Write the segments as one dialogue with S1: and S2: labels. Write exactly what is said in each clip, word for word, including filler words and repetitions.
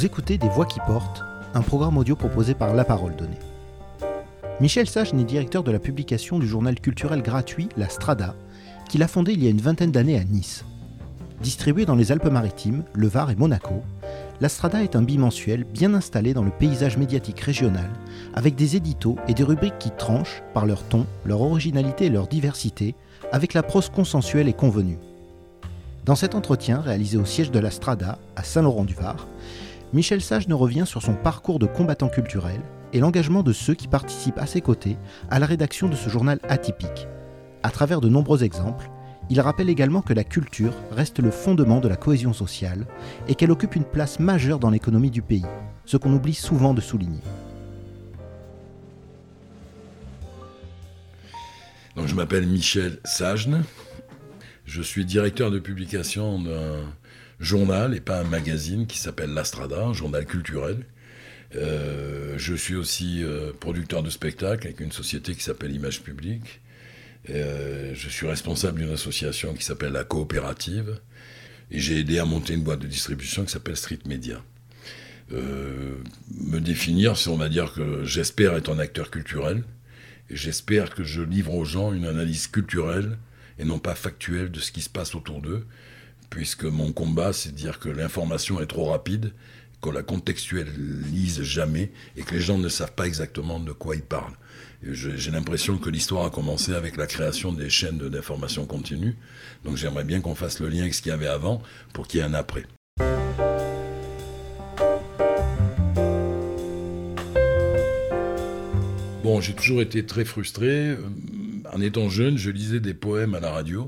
S1: Vous écoutez Des Voix qui portent, un programme audio proposé par La Parole Donnée. Michel Sajne est directeur de la publication du journal culturel gratuit La Strada, qu'il a fondé il y a une vingtaine d'années à Nice. Distribué dans les Alpes-Maritimes, le Var et Monaco, La Strada est un bimensuel bien installé dans le paysage médiatique régional, avec des éditos et des rubriques qui tranchent, par leur ton, leur originalité et leur diversité, avec la prose consensuelle et convenue. Dans cet entretien réalisé au siège de La Strada, à Saint-Laurent-du-Var, Michel Sajne revient sur son parcours de combattant culturel et l'engagement de ceux qui participent à ses côtés à la rédaction de ce journal atypique. À travers de nombreux exemples, il rappelle également que la culture reste le fondement de la cohésion sociale et qu'elle occupe une place majeure dans l'économie du pays, ce qu'on oublie souvent de souligner.
S2: Donc, je m'appelle Michel Sajne, je suis directeur de publication d'un journal et pas un magazine qui s'appelle La Strada, un journal culturel. Euh, je suis aussi euh, producteur de spectacles avec une société qui s'appelle Image Publique. Euh, je suis responsable d'une association qui s'appelle La Coopérative et j'ai aidé à monter une boîte de distribution qui s'appelle Street Media. Euh, me définir, c'est on va dire que j'espère être un acteur culturel et j'espère que je livre aux gens une analyse culturelle et non pas factuelle de ce qui se passe autour d'eux, puisque mon combat, c'est de dire que l'information est trop rapide, qu'on la contextualise jamais et que les gens ne savent pas exactement de quoi ils parlent. Et je, j'ai l'impression que l'histoire a commencé avec la création des chaînes d'information continue, donc j'aimerais bien qu'on fasse le lien avec ce qu'il y avait avant pour qu'il y ait un après. Bon, j'ai toujours été très frustré. En étant jeune, je lisais des poèmes à la radio.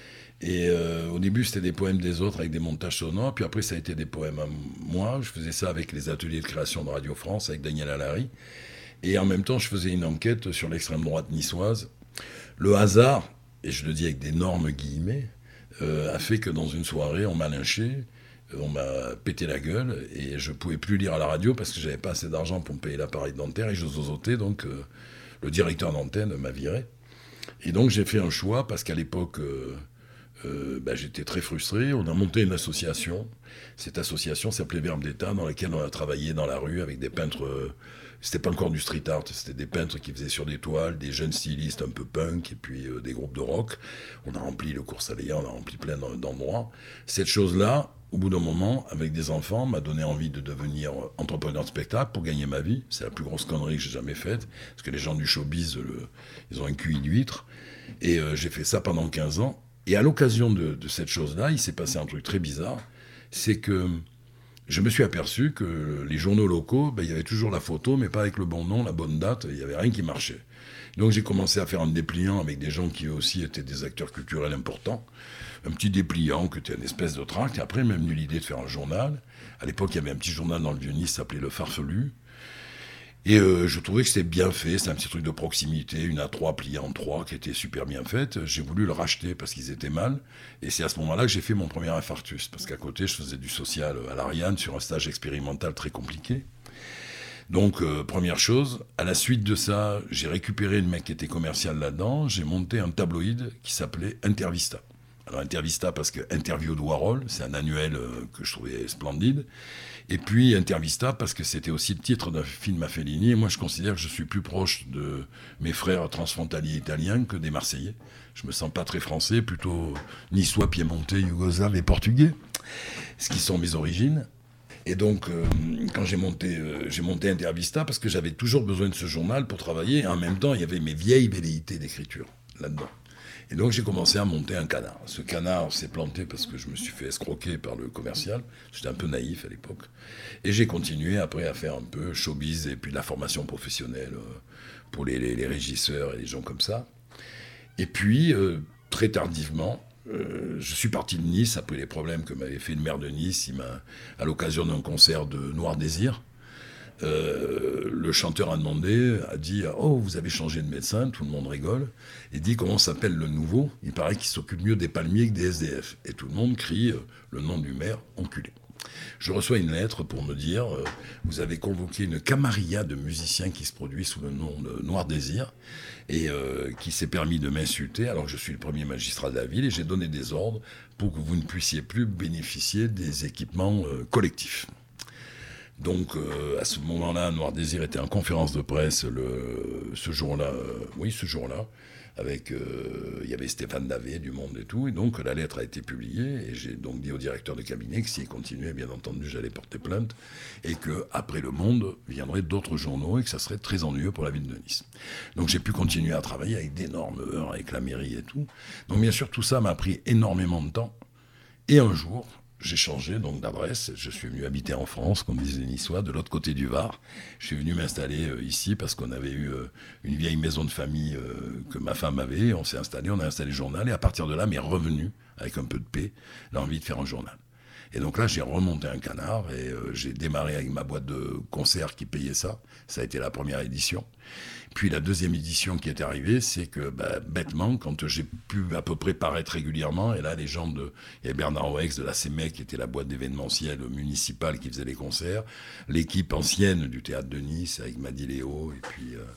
S2: Et euh, au début, c'était des poèmes des autres avec des montages sonores. Puis après, ça a été des poèmes à moi. Je faisais ça avec les ateliers de création de Radio France, avec Daniel Allary. Et en même temps, je faisais une enquête sur l'extrême droite niçoise. Le hasard, et je le dis avec d'énormes guillemets, euh, a fait que dans une soirée, on m'a lynché, on m'a pété la gueule, et je ne pouvais plus lire à la radio parce que je n'avais pas assez d'argent pour me payer l'appareil dentaire, et je zozotais, donc euh, le directeur d'antenne m'a viré. Et donc j'ai fait un choix, parce qu'à l'époque... Euh, Euh, bah, j'étais très frustré. On a monté une association. Cette association s'appelait Verbe d'État, dans laquelle on a travaillé dans la rue avec des peintres. Euh, c'était pas encore du street art, c'était des peintres qui faisaient sur des toiles, des jeunes stylistes un peu punk, et puis euh, des groupes de rock. On a rempli le Cours Saléa, on a rempli plein d'endroits. Cette chose-là, au bout d'un moment, avec des enfants, m'a donné envie de devenir entrepreneur de spectacle pour gagner ma vie. C'est la plus grosse connerie que j'ai jamais faite, parce que les gens du showbiz, le, ils ont un Q I d'huître. Et euh, j'ai fait ça pendant quinze ans. Et à l'occasion de, de cette chose-là, il s'est passé un truc très bizarre, c'est que je me suis aperçu que les journaux locaux, ben, il y avait toujours la photo, mais pas avec le bon nom, la bonne date, il n'y avait rien qui marchait. Donc j'ai commencé à faire un dépliant avec des gens qui eux aussi étaient des acteurs culturels importants, un petit dépliant qui était une espèce de tract, et après m'est venue l'idée de faire un journal. À l'époque, il y avait un petit journal dans le Vieux-Nice qui s'appelait Le Farfelu, et euh, je trouvais que c'était bien fait, c'était un petit truc de proximité, une A trois pliée en trois qui était super bien faite. J'ai voulu le racheter parce qu'ils étaient mal, et c'est à ce moment-là que j'ai fait mon premier infarctus, parce qu'à côté je faisais du social à l'Ariane sur un stage expérimental très compliqué. Donc euh, première chose, à la suite de ça, j'ai récupéré le mec qui était commercial là-dedans, j'ai monté un tabloïd qui s'appelait Intervista. Alors Intervista parce que Interview de Warhol, c'est un annuel euh, que je trouvais splendide. Et puis Intervista parce que c'était aussi le titre d'un film à Fellini. Et moi je considère que je suis plus proche de mes frères transfrontaliers italiens que des Marseillais. Je me sens pas très français, plutôt niçois, piémontais, yougoslave et portugais, ce qui sont mes origines. Et donc euh, quand j'ai monté, euh, j'ai monté Intervista parce que j'avais toujours besoin de ce journal pour travailler. Et en même temps il y avait mes vieilles velléités d'écriture là-dedans. Et donc j'ai commencé à monter un canard. Ce canard s'est planté parce que je me suis fait escroquer par le commercial. J'étais un peu naïf à l'époque. Et j'ai continué après à faire un peu showbiz et puis de la formation professionnelle pour les, les, les régisseurs et les gens comme ça. Et puis, euh, très tardivement, euh, je suis parti de Nice après les problèmes que m'avait fait le maire de Nice. Il m'a, à l'occasion d'un concert de Noir Désir, Euh, le chanteur a demandé, a dit « Oh, vous avez changé de médecin », tout le monde rigole, et dit « Comment s'appelle le nouveau ?» Il paraît qu'il s'occupe mieux des palmiers que des S D F. Et tout le monde crie euh, le nom du maire, enculé. Je reçois une lettre pour me dire euh, « Vous avez convoqué une camarilla de musiciens qui se produit sous le nom de Noir Désir et euh, qui s'est permis de m'insulter alors que je suis le premier magistrat de la ville et j'ai donné des ordres pour que vous ne puissiez plus bénéficier des équipements euh, collectifs. » Donc, euh, à ce moment-là, Noir Désir était en conférence de presse le, ce jour-là. Euh, oui, ce jour-là. Avec, euh, il y avait Stéphane Davé du Monde et tout. Et donc, la lettre a été publiée. Et j'ai donc dit au directeur de cabinet que s'il continuait, bien entendu, j'allais porter plainte. Et qu'après Le Monde, viendraient d'autres journaux et que ça serait très ennuyeux pour la ville de Nice. Donc, j'ai pu continuer à travailler avec d'énormes heures, avec la mairie et tout. Donc, bien sûr, tout ça m'a pris énormément de temps. Et un jour... j'ai changé donc d'adresse, je suis venu habiter en France, comme disait les Niçois, de l'autre côté du Var. Je suis venu m'installer euh, ici parce qu'on avait eu euh, une vieille maison de famille euh, que ma femme avait. On s'est installé, on a installé le journal et à partir de là, m'est revenu, avec un peu de paix, l'envie de faire un journal. Et donc là, j'ai remonté un canard et euh, j'ai démarré avec ma boîte de concerts qui payait ça. Ça a été la première édition. Puis la deuxième édition qui est arrivée, c'est que bah, bêtement, quand j'ai pu à peu près paraître régulièrement, et là les gens de... Il y avait Bernard Oex de la C M E C qui était la boîte d'événementiel municipale qui faisait les concerts, l'équipe ancienne du Théâtre de Nice avec Madi Léo et puis... Euh,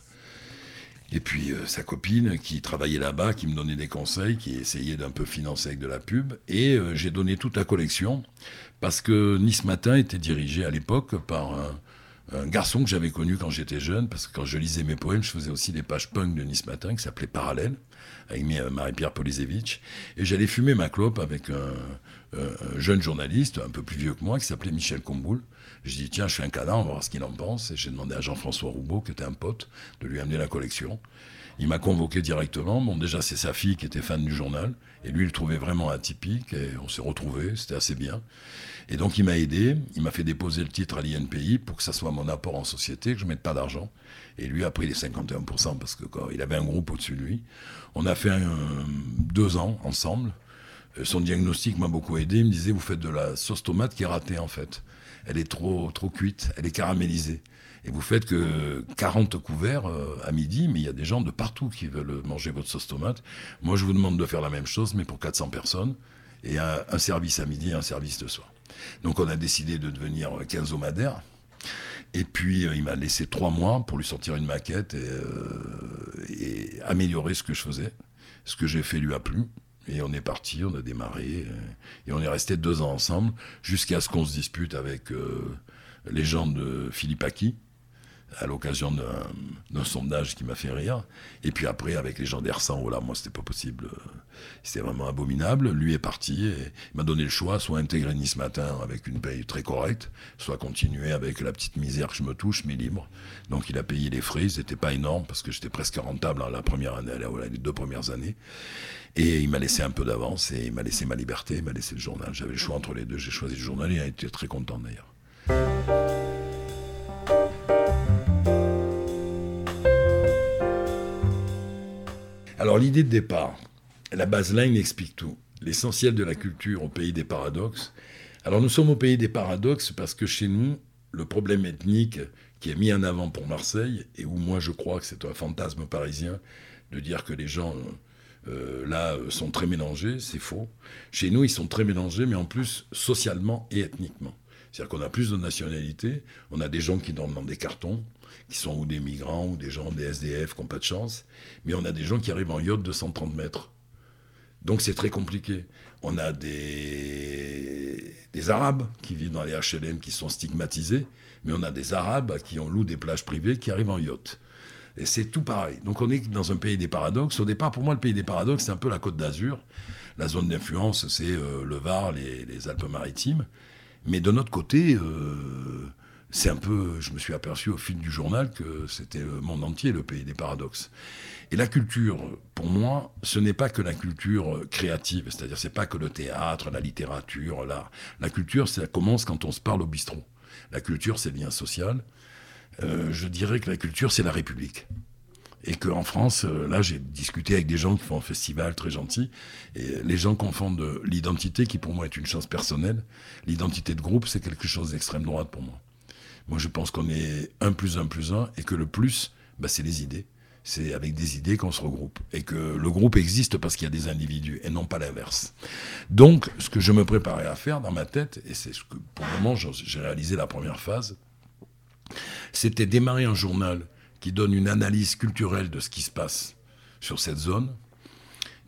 S2: Et puis euh, sa copine qui travaillait là-bas, qui me donnait des conseils, qui essayait d'un peu financer avec de la pub. Et euh, j'ai donné toute la collection parce que Nice Matin était dirigé à l'époque par un, un garçon que j'avais connu quand j'étais jeune. Parce que quand je lisais mes poèmes, je faisais aussi des pages punk de Nice Matin qui s'appelait Parallèle, avec Marie-Pierre Polizevitch. Et j'allais fumer ma clope avec un, un jeune journaliste, un peu plus vieux que moi, qui s'appelait Michel Comboul. Je dis, tiens, je fais un canard, on va voir ce qu'il en pense. Et j'ai demandé à Jean-François Roubaud, qui était un pote, de lui amener la collection. Il m'a convoqué directement. Bon, déjà, c'est sa fille qui était fan du journal. Et lui, il le trouvait vraiment atypique. Et on s'est retrouvés, c'était assez bien. Et donc, il m'a aidé. Il m'a fait déposer le titre à l'I N P I pour que ça soit mon apport en société, que je ne mette pas d'argent. Et lui a pris les cinquante et un pour cent parce qu'il avait un groupe au-dessus de lui. On a fait un, deux ans ensemble. Son diagnostic m'a beaucoup aidé. Il me disait, vous faites de la sauce tomate qui est ratée, en fait. Elle est trop, trop cuite, elle est caramélisée. Et vous faites que quarante couverts euh, à midi, mais il y a des gens de partout qui veulent manger votre sauce tomate. Moi, je vous demande de faire la même chose, mais pour quatre cents personnes, et un, un service à midi et un service le soir. Donc, on a décidé de devenir quinzomadaire. Et puis, euh, il m'a laissé trois mois pour lui sortir une maquette et, euh, et améliorer ce que je faisais. Ce que j'ai fait lui a plu. Et on est parti, on a démarré, et on est resté deux ans ensemble, jusqu'à ce qu'on se dispute avec euh, les gens de Philippe Aki, à l'occasion d'un, d'un sondage qui m'a fait rire. Et puis après, avec les gens d'Ersan, oh là, moi, c'était pas possible. C'était vraiment abominable. Lui est parti et il m'a donné le choix, soit intégrer Nice Matin avec une paye très correcte, soit continuer avec la petite misère que je me touche, mais libre. Donc il a payé les frais, c'était pas énorme parce que j'étais presque rentable la première année, les deux premières années. Et il m'a laissé un peu d'avance et il m'a laissé ma liberté, il m'a laissé le journal. J'avais le choix entre les deux, j'ai choisi le journal et il a été très content d'ailleurs. Alors l'idée de départ, la baseline explique tout. L'essentiel de la culture au pays des paradoxes. Alors nous sommes au pays des paradoxes parce que chez nous, le problème ethnique qui est mis en avant pour Marseille, et où moi je crois que c'est un fantasme parisien de dire que les gens euh, là sont très mélangés, c'est faux. Chez nous, ils sont très mélangés, mais en plus socialement et ethniquement. C'est-à-dire qu'on a plus de nationalités, on a des gens qui dorment dans des cartons, qui sont ou des migrants, ou des gens des S D F qui n'ont pas de chance, mais on a des gens qui arrivent en yacht de cent trente mètres. Donc c'est très compliqué. On a des, des Arabes qui vivent dans les H L M qui sont stigmatisés, mais on a des Arabes qui ont loué des plages privées qui arrivent en yacht. Et c'est tout pareil. Donc on est dans un pays des paradoxes. Au départ, pour moi, le pays des paradoxes, c'est un peu la Côte d'Azur. La zone d'influence, c'est euh, le Var, les, les Alpes-Maritimes. Mais de notre côté... Euh, c'est un peu, je me suis aperçu au fil du journal que c'était le monde entier, le pays des paradoxes. Et la culture, pour moi, ce n'est pas que la culture créative, c'est-à-dire c'est pas que le théâtre, la littérature, l'art. La culture, ça commence quand on se parle au bistrot. La culture, c'est le lien social. Euh, je dirais que la culture, c'est la République. Et qu'en France, là, j'ai discuté avec des gens qui font un festival très gentil, et les gens confondent l'identité, qui pour moi est une chose personnelle, l'identité de groupe, c'est quelque chose d'extrême droite pour moi. Moi, je pense qu'on est un plus un plus un et que le plus, bah, c'est les idées. C'est avec des idées qu'on se regroupe. Et que le groupe existe parce qu'il y a des individus et non pas l'inverse. Donc, ce que je me préparais à faire dans ma tête, et c'est ce que pour le moment j'ai réalisé la première phase, c'était démarrer un journal qui donne une analyse culturelle de ce qui se passe sur cette zone.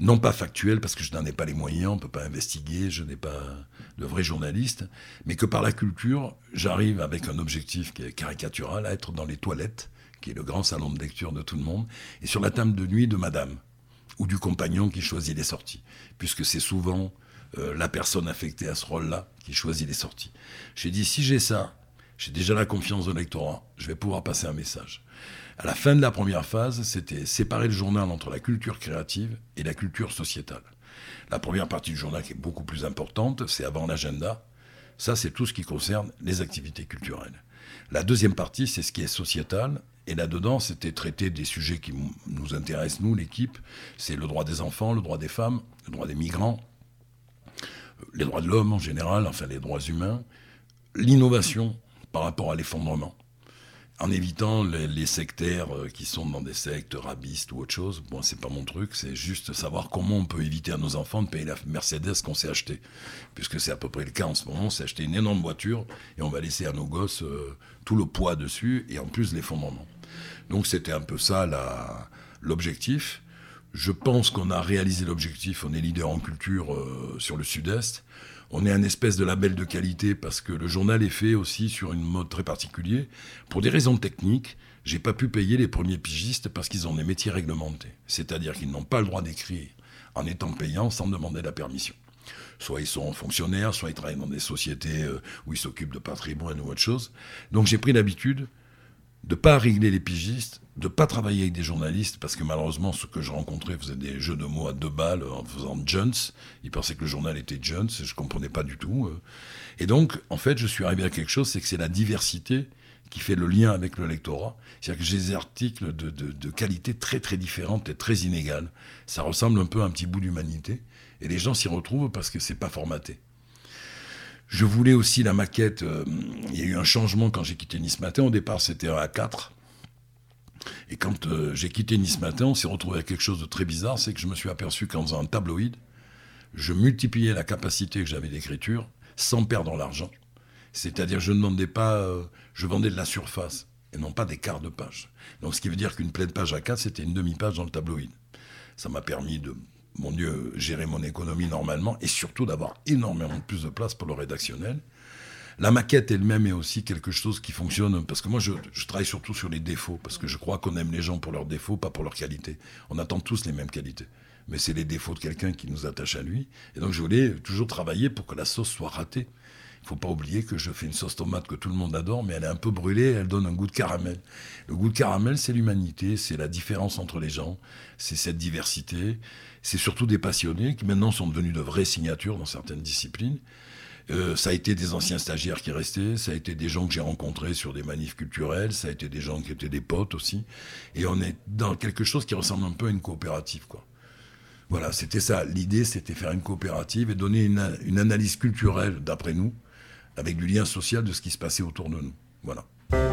S2: non pas factuel, parce que je n'en ai pas les moyens, on ne peut pas investiguer, je n'ai pas de vrai journaliste, mais que par la culture, j'arrive avec un objectif qui est caricatural, à être dans les toilettes, qui est le grand salon de lecture de tout le monde, et sur la table de nuit de madame, ou du compagnon qui choisit les sorties, puisque c'est souvent euh, la personne affectée à ce rôle-là qui choisit les sorties. J'ai dit, si j'ai ça, j'ai déjà la confiance de l'électorat, je vais pouvoir passer un message. À la fin de la première phase, c'était séparer le journal entre la culture créative et la culture sociétale. La première partie du journal, qui est beaucoup plus importante, c'est avant l'agenda. Ça, c'est tout ce qui concerne les activités culturelles. La deuxième partie, c'est ce qui est sociétal. Et là-dedans, c'était traiter des sujets qui nous intéressent, nous, l'équipe. C'est le droit des enfants, le droit des femmes, le droit des migrants, les droits de l'homme en général, enfin les droits humains, l'innovation par rapport à l'effondrement. En évitant les, les sectaires qui sont dans des sectes rabbistes ou autre chose. Bon, c'est pas mon truc, c'est juste savoir comment on peut éviter à nos enfants de payer la Mercedes qu'on s'est achetée. Puisque c'est à peu près le cas en ce moment, on s'est acheté une énorme voiture et on va laisser à nos gosses euh, tout le poids dessus et en plus l'effondrement. Donc c'était un peu ça la, l'objectif. Je pense qu'on a réalisé l'objectif, on est leader en culture euh, sur le Sud-Est. On est un espèce de label de qualité parce que le journal est fait aussi sur une mode très particulière. Pour des raisons techniques, j'ai pas pu payer les premiers pigistes parce qu'ils ont des métiers réglementés. C'est-à-dire qu'ils n'ont pas le droit d'écrire en étant payants sans demander la permission. Soit ils sont fonctionnaires, soit ils travaillent dans des sociétés où ils s'occupent de patrimoine ou autre chose. Donc j'ai pris l'habitude de ne pas régler les pigistes, de ne pas travailler avec des journalistes, parce que malheureusement, ceux que je rencontrais faisaient des jeux de mots à deux balles en faisant Jones. Ils pensaient que le journal était Jones, et je ne comprenais pas du tout. Et donc, en fait, je suis arrivé à quelque chose, c'est que c'est la diversité qui fait le lien avec le lectorat. C'est-à-dire que j'ai des articles de, de, de qualité très très différente et très inégale. Ça ressemble un peu à un petit bout d'humanité, et les gens s'y retrouvent parce que c'est pas formaté. Je voulais aussi la maquette. Euh, il y a eu un changement quand j'ai quitté Nice Matin. Au départ, c'était un A quatre. Et quand euh, j'ai quitté Nice Matin, on s'est retrouvé avec quelque chose de très bizarre. C'est que je me suis aperçu qu'en faisant un tabloïd, je multipliais la capacité que j'avais d'écriture sans perdre l'argent. C'est-à-dire, je ne vendais pas... Euh, je vendais de la surface et non pas des quarts de page. Donc, ce qui veut dire qu'une pleine page A quatre, c'était une demi-page dans le tabloïd. Ça m'a permis de... mon Dieu, gérer mon économie normalement, et surtout d'avoir énormément plus de place pour le rédactionnel. La maquette elle-même est aussi quelque chose qui fonctionne, parce que moi je, je travaille surtout sur les défauts, parce que je crois qu'on aime les gens pour leurs défauts, pas pour leurs qualités. On attend tous les mêmes qualités, mais c'est les défauts de quelqu'un qui nous attache à lui. Et donc je voulais toujours travailler pour que la sauce soit ratée. Il ne faut pas oublier que je fais une sauce tomate que tout le monde adore, mais elle est un peu brûlée, elle donne un goût de caramel. Le goût de caramel, c'est l'humanité, c'est la différence entre les gens, c'est cette diversité. C'est surtout des passionnés qui maintenant sont devenus de vraies signatures dans certaines disciplines. Euh, ça a été des anciens stagiaires qui restaient, ça a été des gens que j'ai rencontrés sur des manifs culturels, ça a été des gens qui étaient des potes aussi. Et on est dans quelque chose qui ressemble un peu à une coopérative, quoi. Voilà, c'était ça. L'idée, c'était faire une coopérative et donner une, une analyse culturelle, d'après nous, avec du lien social de ce qui se passait autour de nous. Voilà.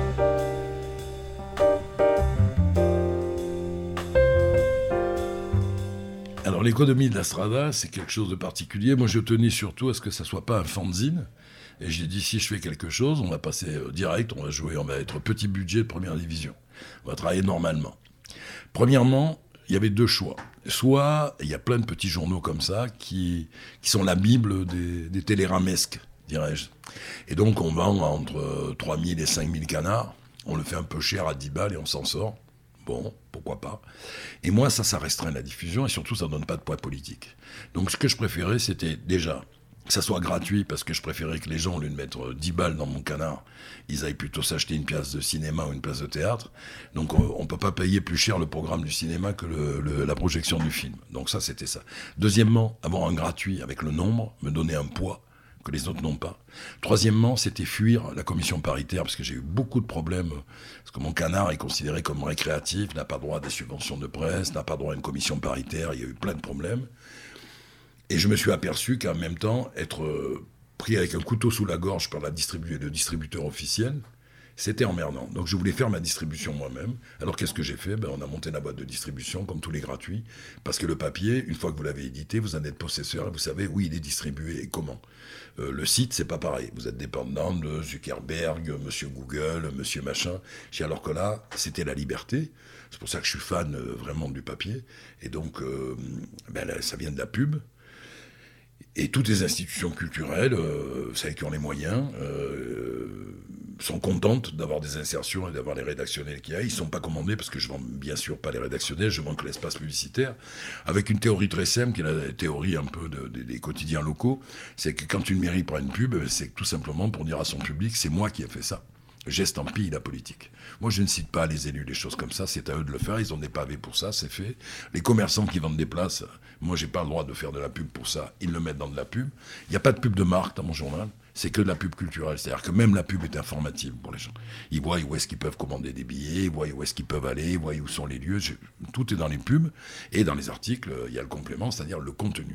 S2: Alors l'économie de la Strada, c'est quelque chose de particulier. Moi, je tenais surtout à ce que ça ne soit pas un fanzine. Et j'ai dit, si je fais quelque chose, on va passer direct, on va jouer, on va être petit budget de première division. On va travailler normalement. Premièrement, il y avait deux choix. Soit, il y a plein de petits journaux comme ça qui, qui sont la Bible des, des téléramesques, dirais-je. Et donc, on vend entre trois mille et cinq mille canards. On le fait un peu cher à dix balles et on s'en sort. Bon, pourquoi pas. Et moi, ça, ça restreint la diffusion et surtout, ça ne donne pas de poids politique. Donc, ce que je préférais, c'était déjà que ça soit gratuit parce que je préférais que les gens, au lieu de mettre dix balles dans mon canard, ils aillent plutôt s'acheter une pièce de cinéma ou une place de théâtre. Donc, on ne peut pas payer plus cher le programme du cinéma que le, le, la projection du film. Donc, ça, c'était ça. Deuxièmement, avoir un gratuit avec le nombre, me donner un poids que les autres n'ont pas. Troisièmement, c'était fuir la commission paritaire, parce que j'ai eu beaucoup de problèmes, parce que mon canard est considéré comme récréatif, n'a pas droit à des subventions de presse, n'a pas droit à une commission paritaire, il y a eu plein de problèmes. Et je me suis aperçu qu'en même temps, être pris avec un couteau sous la gorge par la distribu- le distributeur officiel, C'était emmerdant. Donc je voulais faire ma distribution moi-même. Alors qu'est-ce que j'ai fait ? Ben, on a monté la boîte de distribution, comme tous les gratuits, parce que le papier, une fois que vous l'avez édité, vous en êtes possesseur et vous savez où il est distribué et comment. Euh, le site, c'est pas pareil. Vous êtes dépendant de Zuckerberg, Monsieur Google, Monsieur Machin. Alors que là, c'était la liberté. C'est pour ça que je suis fan euh, vraiment du papier. Et donc, euh, ben, là, ça vient de la pub. Et toutes les institutions culturelles, euh, vous savez, qui ont les moyens, euh, sont contentes d'avoir des insertions et d'avoir les rédactionnels qu'il y a. Ils ne sont pas commandés parce que je vends bien sûr pas les rédactionnels, je vends que l'espace publicitaire. Avec une théorie très simple, qui est la théorie un peu de, de, des quotidiens locaux, c'est que quand une mairie prend une pub, c'est tout simplement pour dire à son public, c'est moi qui ai fait ça. J'estampille la politique. Moi, je ne cite pas les élus, les choses comme ça, c'est à eux de le faire, ils ont des pavés pour ça, c'est fait. Les commerçants qui vendent des places, moi, j'ai pas le droit de faire de la pub pour ça, ils le mettent dans de la pub. Il n'y a pas de pub de marque dans mon journal, c'est que de la pub culturelle, c'est-à-dire que même la pub est informative pour les gens. Ils voient où est-ce qu'ils peuvent commander des billets, ils voient où est-ce qu'ils peuvent aller, ils voient où sont les lieux, je... tout est dans les pubs, et dans les articles, il y a le complément, c'est-à-dire le contenu.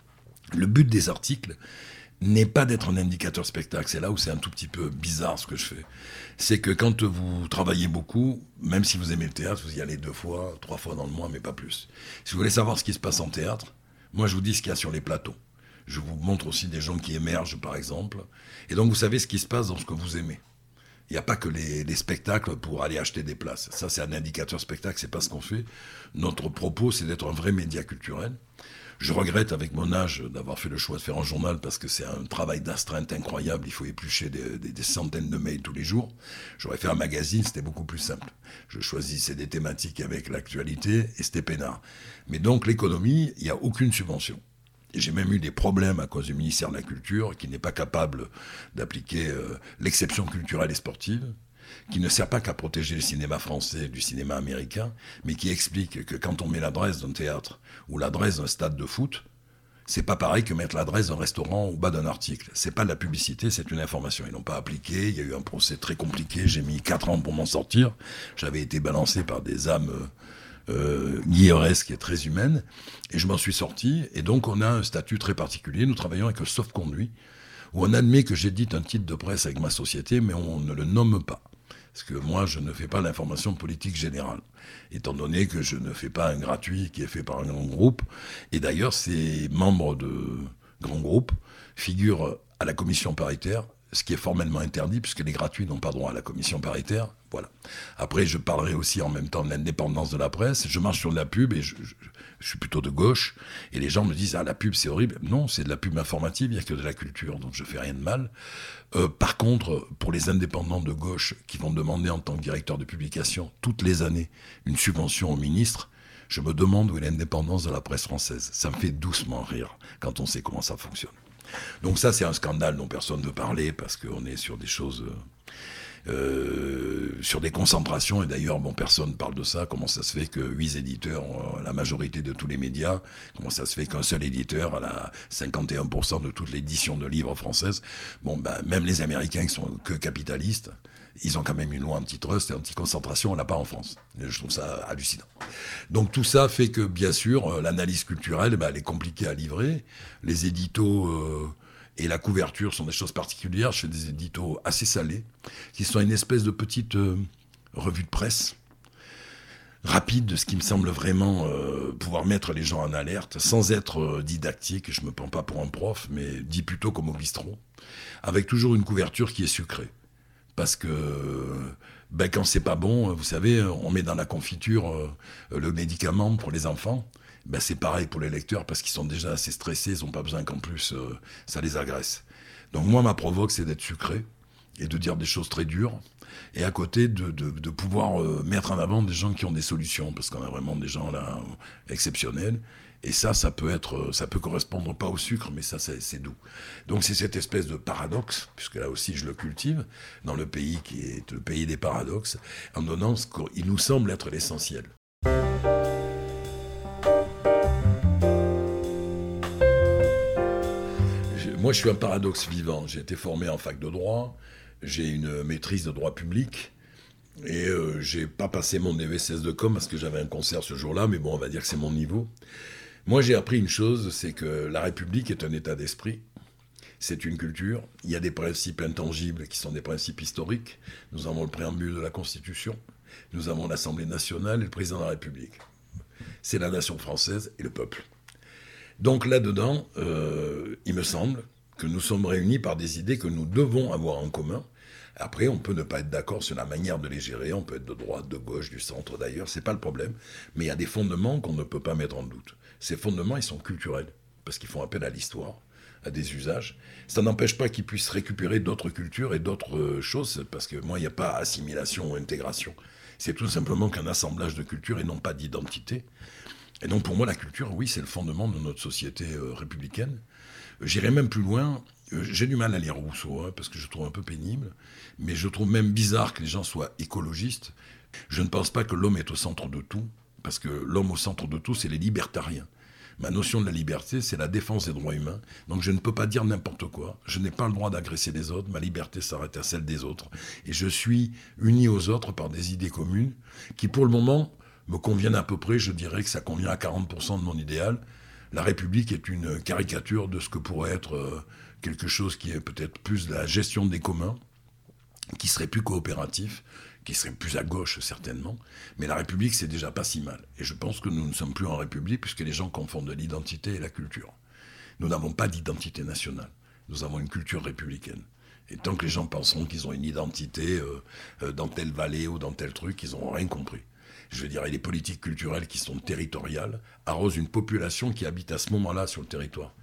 S2: Le but des articles n'est pas d'être un indicateur spectacle. C'est là où c'est un tout petit peu bizarre ce que je fais. C'est que quand vous travaillez beaucoup, même si vous aimez le théâtre, vous y allez deux fois, trois fois dans le mois, mais pas plus. Si vous voulez savoir ce qui se passe en théâtre, moi je vous dis ce qu'il y a sur les plateaux. Je vous montre aussi des gens qui émergent, par exemple. Et donc vous savez ce qui se passe dans ce que vous aimez. Il n'y a pas que les, les spectacles pour aller acheter des places. Ça, c'est un indicateur spectacle, c'est pas ce qu'on fait. Notre propos, c'est d'être un vrai média culturel. Je regrette avec mon âge d'avoir fait le choix de faire un journal parce que c'est un travail d'astreinte incroyable. Il faut éplucher des, des, des centaines de mails tous les jours. J'aurais fait un magazine, c'était beaucoup plus simple. Je choisissais des thématiques avec l'actualité et c'était peinard. Mais donc l'économie, il n'y a aucune subvention. Et j'ai même eu des problèmes à cause du ministère de la Culture qui n'est pas capable d'appliquer euh, l'exception culturelle et sportive, qui ne sert pas qu'à protéger le cinéma français du cinéma américain, mais qui explique que quand on met l'adresse d'un théâtre ou l'adresse d'un stade de foot, c'est pas pareil que mettre l'adresse d'un restaurant au bas d'un article. C'est pas de la publicité, c'est une information. Ils l'ont pas appliqué, il y a eu un procès très compliqué, j'ai mis quatre ans pour m'en sortir. J'avais été balancé par des âmes euh, guilleresques et très humaines, et je m'en suis sorti. Et donc on a un statut très particulier, nous travaillons avec le sauf-conduit, où on admet que j'édite un titre de presse avec ma société, mais on ne le nomme pas. Parce que moi, je ne fais pas l'information politique générale, étant donné que je ne fais pas un gratuit qui est fait par un grand groupe. Et d'ailleurs, ces membres de grands groupes figurent à la commission paritaire, ce qui est formellement interdit, puisque les gratuits n'ont pas droit à la commission paritaire. Voilà. Après, je parlerai aussi en même temps de l'indépendance de la presse. Je marche sur de la pub et je, je, je suis plutôt de gauche. Et les gens me disent « Ah, la pub, c'est horrible ». Non, c'est de la pub informative, il n'y a que de la culture, donc je fais rien de mal. Euh, par contre, pour les indépendants de gauche qui vont demander en tant que directeur de publication toutes les années une subvention au ministre, je me demande où est l'indépendance de la presse française. Ça me fait doucement rire quand on sait comment ça fonctionne. Donc ça, c'est un scandale dont personne ne veut parler parce qu'on est sur des choses... Euh, Euh, sur des concentrations, et d'ailleurs, bon, personne parle de ça. Comment ça se fait que huit éditeurs ont la majorité de tous les médias? Comment ça se fait qu'un seul éditeur a la cinquante et un pour cent de toute l'édition de livres françaises? Bon, ben, même les Américains qui sont que capitalistes, ils ont quand même une loi antitrust et anti-concentration, on l'a pas en France. Je trouve ça hallucinant. Donc tout ça fait que, bien sûr, l'analyse culturelle, ben, elle est compliquée à livrer. Les éditos... Euh, et la couverture sont des choses particulières. Je fais des éditos assez salés, qui sont une espèce de petite euh, revue de presse rapide de ce qui me semble vraiment euh, pouvoir mettre les gens en alerte, sans être euh, didactique. Je me prends pas pour un prof, mais dit plutôt comme au bistrot, avec toujours une couverture qui est sucrée. Parce que ben, quand c'est pas bon, vous savez, on met dans la confiture euh, le médicament pour les enfants. Ben c'est pareil pour les lecteurs parce qu'ils sont déjà assez stressés, ils n'ont pas besoin qu'en plus euh, ça les agresse. Donc moi, ma provoque, c'est d'être sucré et de dire des choses très dures, et à côté de, de, de pouvoir euh, mettre en avant des gens qui ont des solutions, parce qu'on a vraiment des gens là exceptionnels, et ça, ça peut être, ça peut correspondre pas au sucre, mais ça, c'est, c'est doux. Donc c'est cette espèce de paradoxe, puisque là aussi je le cultive, dans le pays qui est le pays des paradoxes, en donnant ce qu'il nous semble être l'essentiel. Moi, je suis un paradoxe vivant. J'ai été formé en fac de droit, j'ai une maîtrise de droit public, et euh, j'ai pas passé mon D V S S de com parce que j'avais un concert ce jour-là, mais bon, on va dire que c'est mon niveau. Moi, j'ai appris une chose, c'est que la République est un état d'esprit. c'est une culture. Il y a des principes intangibles qui sont des principes historiques. Nous avons le préambule de la Constitution, nous avons l'Assemblée nationale et le président de la République. C'est la nation française et le peuple. Donc là-dedans, euh, il me semble que nous sommes réunis par des idées que nous devons avoir en commun. Après, on peut ne pas être d'accord sur la manière de les gérer, on peut être de droite, de gauche, du centre d'ailleurs, c'est pas le problème. Mais il y a des fondements qu'on ne peut pas mettre en doute. Ces fondements, ils sont culturels, parce qu'ils font appel à l'histoire, à des usages. Ça n'empêche pas qu'ils puissent récupérer d'autres cultures et d'autres choses, parce que moi, il n'y a pas assimilation ou intégration. C'est tout simplement qu'un assemblage de cultures et non pas d'identité. Et donc pour moi, la culture, oui, c'est le fondement de notre société euh, républicaine. J'irai même plus loin. J'ai du mal à lire Rousseau, hein, parce que je trouve un peu pénible, mais je trouve même bizarre que les gens soient écologistes. Je ne pense pas que l'homme est au centre de tout, parce que l'homme au centre de tout, c'est les libertariens. Ma notion de la liberté, c'est la défense des droits humains. Donc je ne peux pas dire n'importe quoi. Je n'ai pas le droit d'agresser les autres. Ma liberté s'arrête à celle des autres. Et je suis uni aux autres par des idées communes qui, pour le moment, me conviennent à peu près. Je dirais que ça convient à quarante pour cent de mon idéal. La République est une caricature de ce que pourrait être euh, quelque chose qui est peut-être plus de la gestion des communs, qui serait plus coopératif, qui serait plus à gauche certainement. Mais la République, c'est déjà pas si mal. Et je pense que nous ne sommes plus en République puisque les gens confondent l'identité et la culture. Nous n'avons pas d'identité nationale. Nous avons une culture républicaine. Et tant que les gens penseront qu'ils ont une identité euh, euh, dans telle vallée ou dans tel truc, ils n'auront rien compris. Je veux dire, et les politiques culturelles qui sont territoriales arrosent une population qui habite à ce moment-là sur le territoire,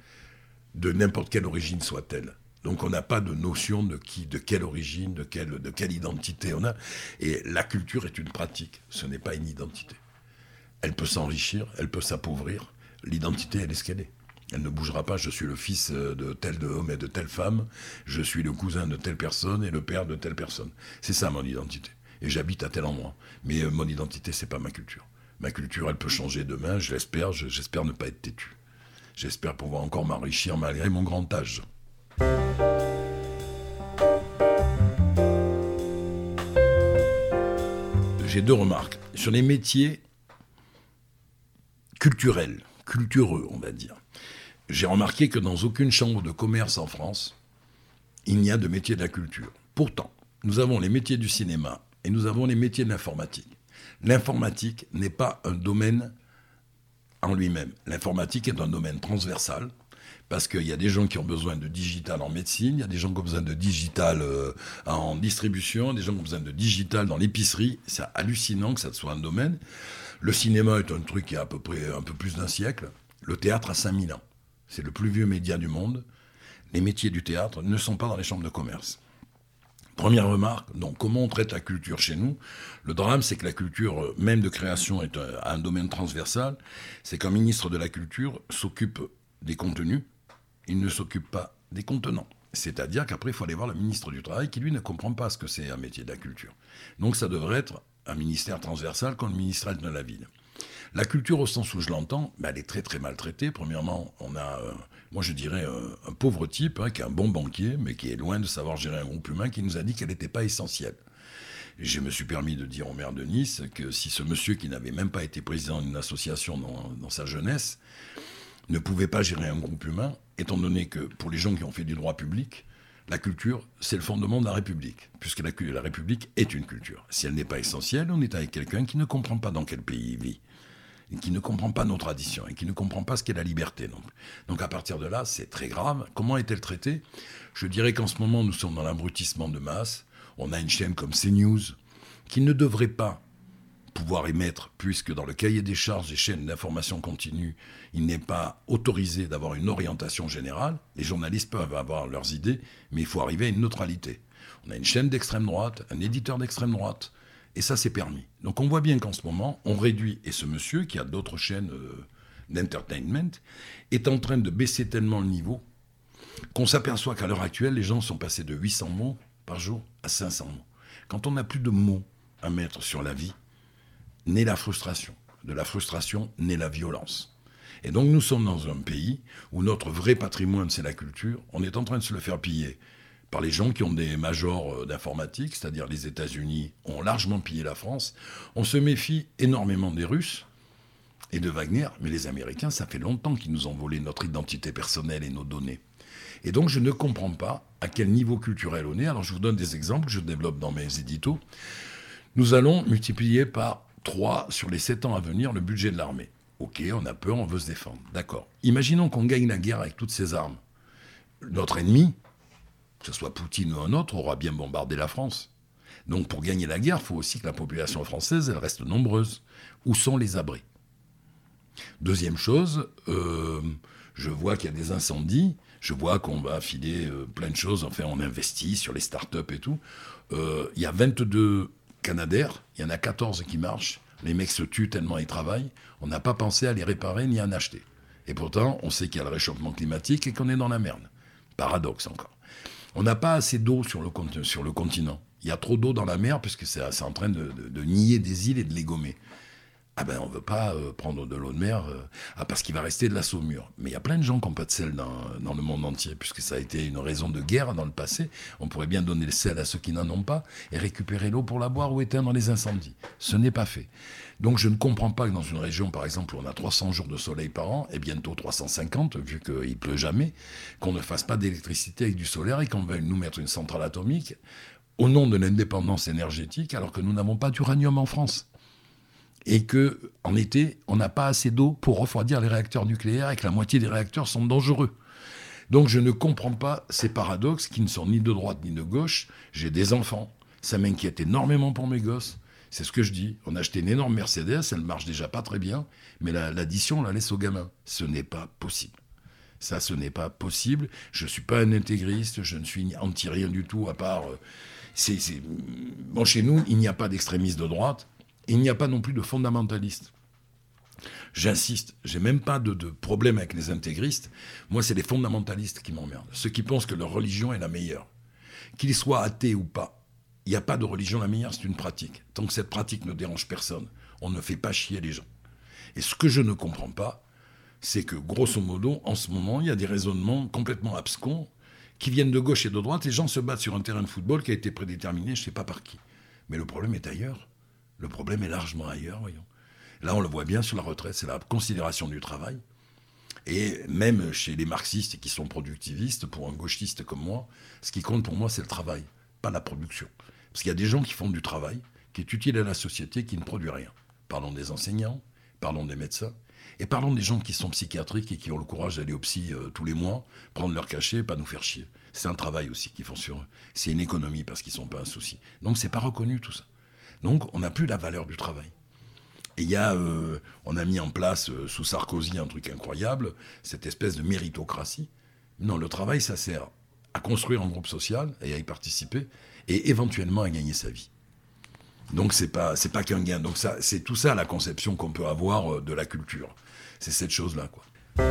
S2: de n'importe quelle origine soit-elle. Donc on n'a pas de notion de qui, de quelle origine, de quelle, de quelle identité on a. Et la culture est une pratique, ce n'est pas une identité. Elle peut s'enrichir, elle peut s'appauvrir. L'identité, elle est ce qu'elle est. Elle ne bougera pas, je suis le fils de tel homme et de telle femme, je suis le cousin de telle personne et le père de telle personne. C'est ça mon identité. Et j'habite à tel endroit. Mais euh, mon identité, c'est pas ma culture. Ma culture, elle peut changer demain, je l'espère, je, j'espère ne pas être têtu. J'espère pouvoir encore m'enrichir malgré mon grand âge. J'ai deux remarques. Sur les métiers culturels, cultureux, on va dire. J'ai remarqué que dans aucune chambre de commerce en France, il n'y a de métier de la culture. Pourtant, nous avons les métiers du cinéma et nous avons les métiers de l'informatique. L'informatique n'est pas un domaine en lui-même. L'informatique est un domaine transversal, parce qu'il y a des gens qui ont besoin de digital en médecine, il y a des gens qui ont besoin de digital euh, en distribution, des gens qui ont besoin de digital dans l'épicerie. C'est hallucinant que ça soit un domaine. Le cinéma est un truc qui a à peu près un peu plus d'un siècle. Le théâtre a cinq mille ans. C'est le plus vieux média du monde. Les métiers du théâtre ne sont pas dans les chambres de commerce. Première remarque, donc comment on traite la culture chez nous? Le drame, c'est que la culture, même de création, est un, un domaine transversal. C'est qu'un ministre de la Culture s'occupe des contenus, il ne s'occupe pas des contenants. C'est-à-dire qu'après, il faut aller voir le ministre du Travail qui, lui, ne comprend pas ce que c'est un métier de la culture. Donc ça devrait être un ministère transversal comme le ministère de la Ville. La culture, au sens où je l'entends, ben, elle est très très maltraitée. Premièrement, on a, euh, moi je dirais, un, un pauvre type hein, qui est un bon banquier, mais qui est loin de savoir gérer un groupe humain, qui nous a dit qu'elle n'était pas essentielle. Et je me suis permis de dire au maire de Nice que si ce monsieur qui n'avait même pas été président d'une association dans, dans sa jeunesse ne pouvait pas gérer un groupe humain, étant donné que pour les gens qui ont fait du droit public, la culture, c'est le fondement de la République, puisque la, la République est une culture. Si elle n'est pas essentielle, on est avec quelqu'un qui ne comprend pas dans quel pays il vit, et qui ne comprend pas nos traditions, et qui ne comprend pas ce qu'est la liberté. Donc, donc à partir de là, c'est très grave. Comment est-elle traitée? Je dirais qu'en ce moment, nous sommes dans l'abrutissement de masse. On a une chaîne comme CNews, qui ne devrait pas pouvoir émettre, puisque dans le cahier des charges des chaînes d'information continue, il n'est pas autorisé d'avoir une orientation générale. Les journalistes peuvent avoir leurs idées, mais il faut arriver à une neutralité. On a une chaîne d'extrême droite, un éditeur d'extrême droite, et ça c'est permis. Donc on voit bien qu'en ce moment, on réduit, et ce monsieur, qui a d'autres chaînes euh, d'entertainment, est en train de baisser tellement le niveau, qu'on s'aperçoit qu'à l'heure actuelle, les gens sont passés de huit cents mots par jour à cinq cents mots. Quand on n'a plus de mots à mettre sur la vie, naît la frustration. De la frustration naît la violence. Et donc nous sommes dans un pays où notre vrai patrimoine, c'est la culture. On est en train de se le faire piller par les gens qui ont des majors d'informatique, c'est-à-dire les États-Unis ont largement pillé la France. On se méfie énormément des Russes et de Wagner, mais les Américains, ça fait longtemps qu'ils nous ont volé notre identité personnelle et nos données. Et donc, je ne comprends pas à quel niveau culturel on est. Alors, je vous donne des exemples que je développe dans mes éditos. Nous allons multiplier par trois sur les sept ans à venir le budget de l'armée. Ok, on a peur, on veut se défendre. D'accord. Imaginons qu'on gagne la guerre avec toutes ces armes. Notre ennemi, que ce soit Poutine ou un autre, aura bien bombardé la France. Donc, pour gagner la guerre, il faut aussi que la population française, elle reste nombreuse. Où sont les abris ? Deuxième chose, euh, je vois qu'il y a des incendies, je vois qu'on va filer euh, plein de choses, enfin on investit sur les startups et tout. Euh, il y a vingt-deux Canadair, il y en a quatorze qui marchent, les mecs se tuent tellement ils travaillent, on n'a pas pensé à les réparer ni à en acheter. Et pourtant, on sait qu'il y a le réchauffement climatique et qu'on est dans la merde. Paradoxe encore. On n'a pas assez d'eau sur le, sur le continent. Il y a trop d'eau dans la mer parce que c'est, c'est en train de, de, de nier des îles et de les gommer. Ah ben, on ne veut pas euh, prendre de l'eau de mer euh, ah, parce qu'il va rester de la saumure. Mais il y a plein de gens qui n'ont pas de sel dans, dans le monde entier, puisque ça a été une raison de guerre dans le passé. On pourrait bien donner le sel à ceux qui n'en ont pas et récupérer l'eau pour la boire ou éteindre les incendies. Ce n'est pas fait. Donc je ne comprends pas que dans une région, par exemple, où on a trois cents jours de soleil par an, et bientôt trois cent cinquante, vu qu'il ne pleut jamais, qu'on ne fasse pas d'électricité avec du solaire et qu'on veuille nous mettre une centrale atomique au nom de l'indépendance énergétique, alors que nous n'avons pas d'uranium en France. Et qu'en été, on n'a pas assez d'eau pour refroidir les réacteurs nucléaires et que la moitié des réacteurs sont dangereux. Donc je ne comprends pas ces paradoxes qui ne sont ni de droite ni de gauche. J'ai des enfants, ça m'inquiète énormément pour mes gosses. C'est ce que je dis. On a acheté une énorme Mercedes, elle marche déjà pas très bien, mais la, l'addition, on la laisse aux gamins. Ce n'est pas possible. Ça, ce n'est pas possible. Je ne suis pas un intégriste, je ne suis anti-rien du tout, à part... Euh, c'est, c'est... Bon, chez nous, il n'y a pas d'extrémistes de droite. Il n'y a pas non plus de fondamentalistes. J'insiste, j'ai même pas de, de problème avec les intégristes. Moi, c'est les fondamentalistes qui m'emmerdent. Ceux qui pensent que leur religion est la meilleure. Qu'ils soient athées ou pas, il n'y a pas de religion la meilleure, c'est une pratique. Tant que cette pratique ne dérange personne, on ne fait pas chier les gens. Et ce que je ne comprends pas, c'est que, grosso modo, en ce moment, il y a des raisonnements complètement abscons qui viennent de gauche et de droite. Les gens se battent sur un terrain de football qui a été prédéterminé, je ne sais pas par qui. Mais le problème est ailleurs. Le problème est largement ailleurs, voyons. Là, on le voit bien sur la retraite, c'est la considération du travail. Et même chez les marxistes qui sont productivistes, pour un gauchiste comme moi, ce qui compte pour moi, c'est le travail, pas la production. Parce qu'il y a des gens qui font du travail, qui est utile à la société, qui ne produit rien. Parlons des enseignants, parlons des médecins, et parlons des gens qui sont psychiatriques et qui ont le courage d'aller au psy euh, tous les mois, prendre leur cachet, pas nous faire chier. C'est un travail aussi qu'ils font sur eux. C'est une économie parce qu'ils ne sont pas un souci. Donc, c'est pas reconnu tout ça. Donc, on n'a plus la valeur du travail. Et il y a, euh, on a mis en place, euh, sous Sarkozy, un truc incroyable, cette espèce de méritocratie. Non, le travail, ça sert à construire un groupe social et à y participer, et éventuellement à gagner sa vie. Donc, c'est pas, c'est pas qu'un gain. Donc, ça, c'est tout ça, la conception qu'on peut avoir euh, de la culture. C'est cette chose-là, quoi.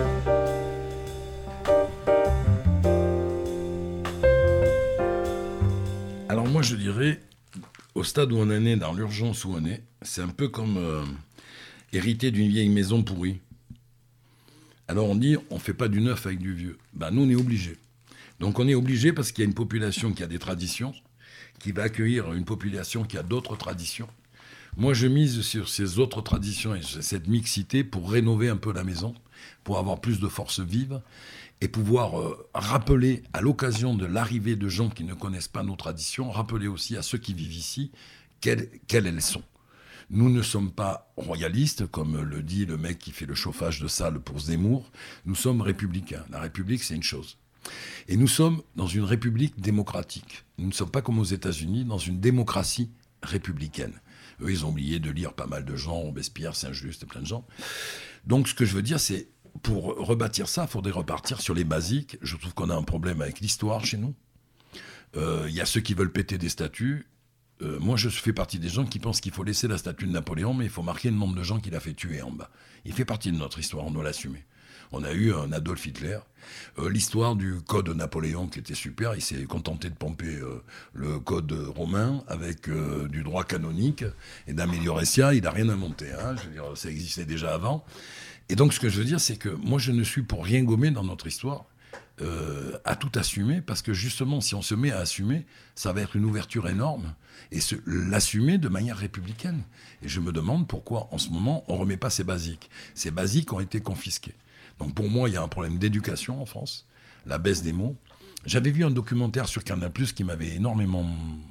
S2: Alors, moi, je dirais... Au stade où on en est, dans l'urgence où on est, c'est un peu comme euh, hériter d'une vieille maison pourrie. Alors on dit, on ne fait pas du neuf avec du vieux. Ben, nous, on est obligés. Donc on est obligés parce qu'il y a une population qui a des traditions, qui va accueillir une population qui a d'autres traditions. Moi, je mise sur ces autres traditions et cette mixité pour rénover un peu la maison, pour avoir plus de force vive et pouvoir euh, rappeler, à l'occasion de l'arrivée de gens qui ne connaissent pas nos traditions, rappeler aussi à ceux qui vivent ici quelles, quelles elles sont. Nous ne sommes pas royalistes, comme le dit le mec qui fait le chauffage de salle pour Zemmour. Nous sommes républicains. La République, c'est une chose. Et nous sommes dans une République démocratique. Nous ne sommes pas comme aux États-Unis, dans une démocratie républicaine. Eux, ils ont oublié de lire pas mal de gens, Robespierre, Saint-Just et plein de gens. Donc, ce que je veux dire, c'est pour rebâtir ça, il faudrait repartir sur les basiques. Je trouve qu'on a un problème avec l'histoire chez nous. Il euh, y a ceux qui veulent péter des statues. Euh, moi, je fais partie des gens qui pensent qu'il faut laisser la statue de Napoléon, mais il faut marquer le nombre de gens qu'il a fait tuer en bas. Il fait partie de notre histoire, on doit l'assumer. On a eu un Adolf Hitler. Euh, l'histoire du code Napoléon qui était super, il s'est contenté de pomper euh, le code romain avec euh, du droit canonique et d'améliorer ça. Il n'a rien inventé. Hein, je veux dire, ça existait déjà avant. Et donc, ce que je veux dire, c'est que moi, je ne suis pour rien gommer dans notre histoire, euh, à tout assumer, parce que justement, si on se met à assumer, ça va être une ouverture énorme, et se, l'assumer de manière républicaine. Et je me demande pourquoi, en ce moment, on ne remet pas ces basiques. Ces basiques ont été confisquées. Donc, pour moi, il y a un problème d'éducation en France. la baisse des mots. J'avais vu un documentaire sur Canal plus, qui m'avait énormément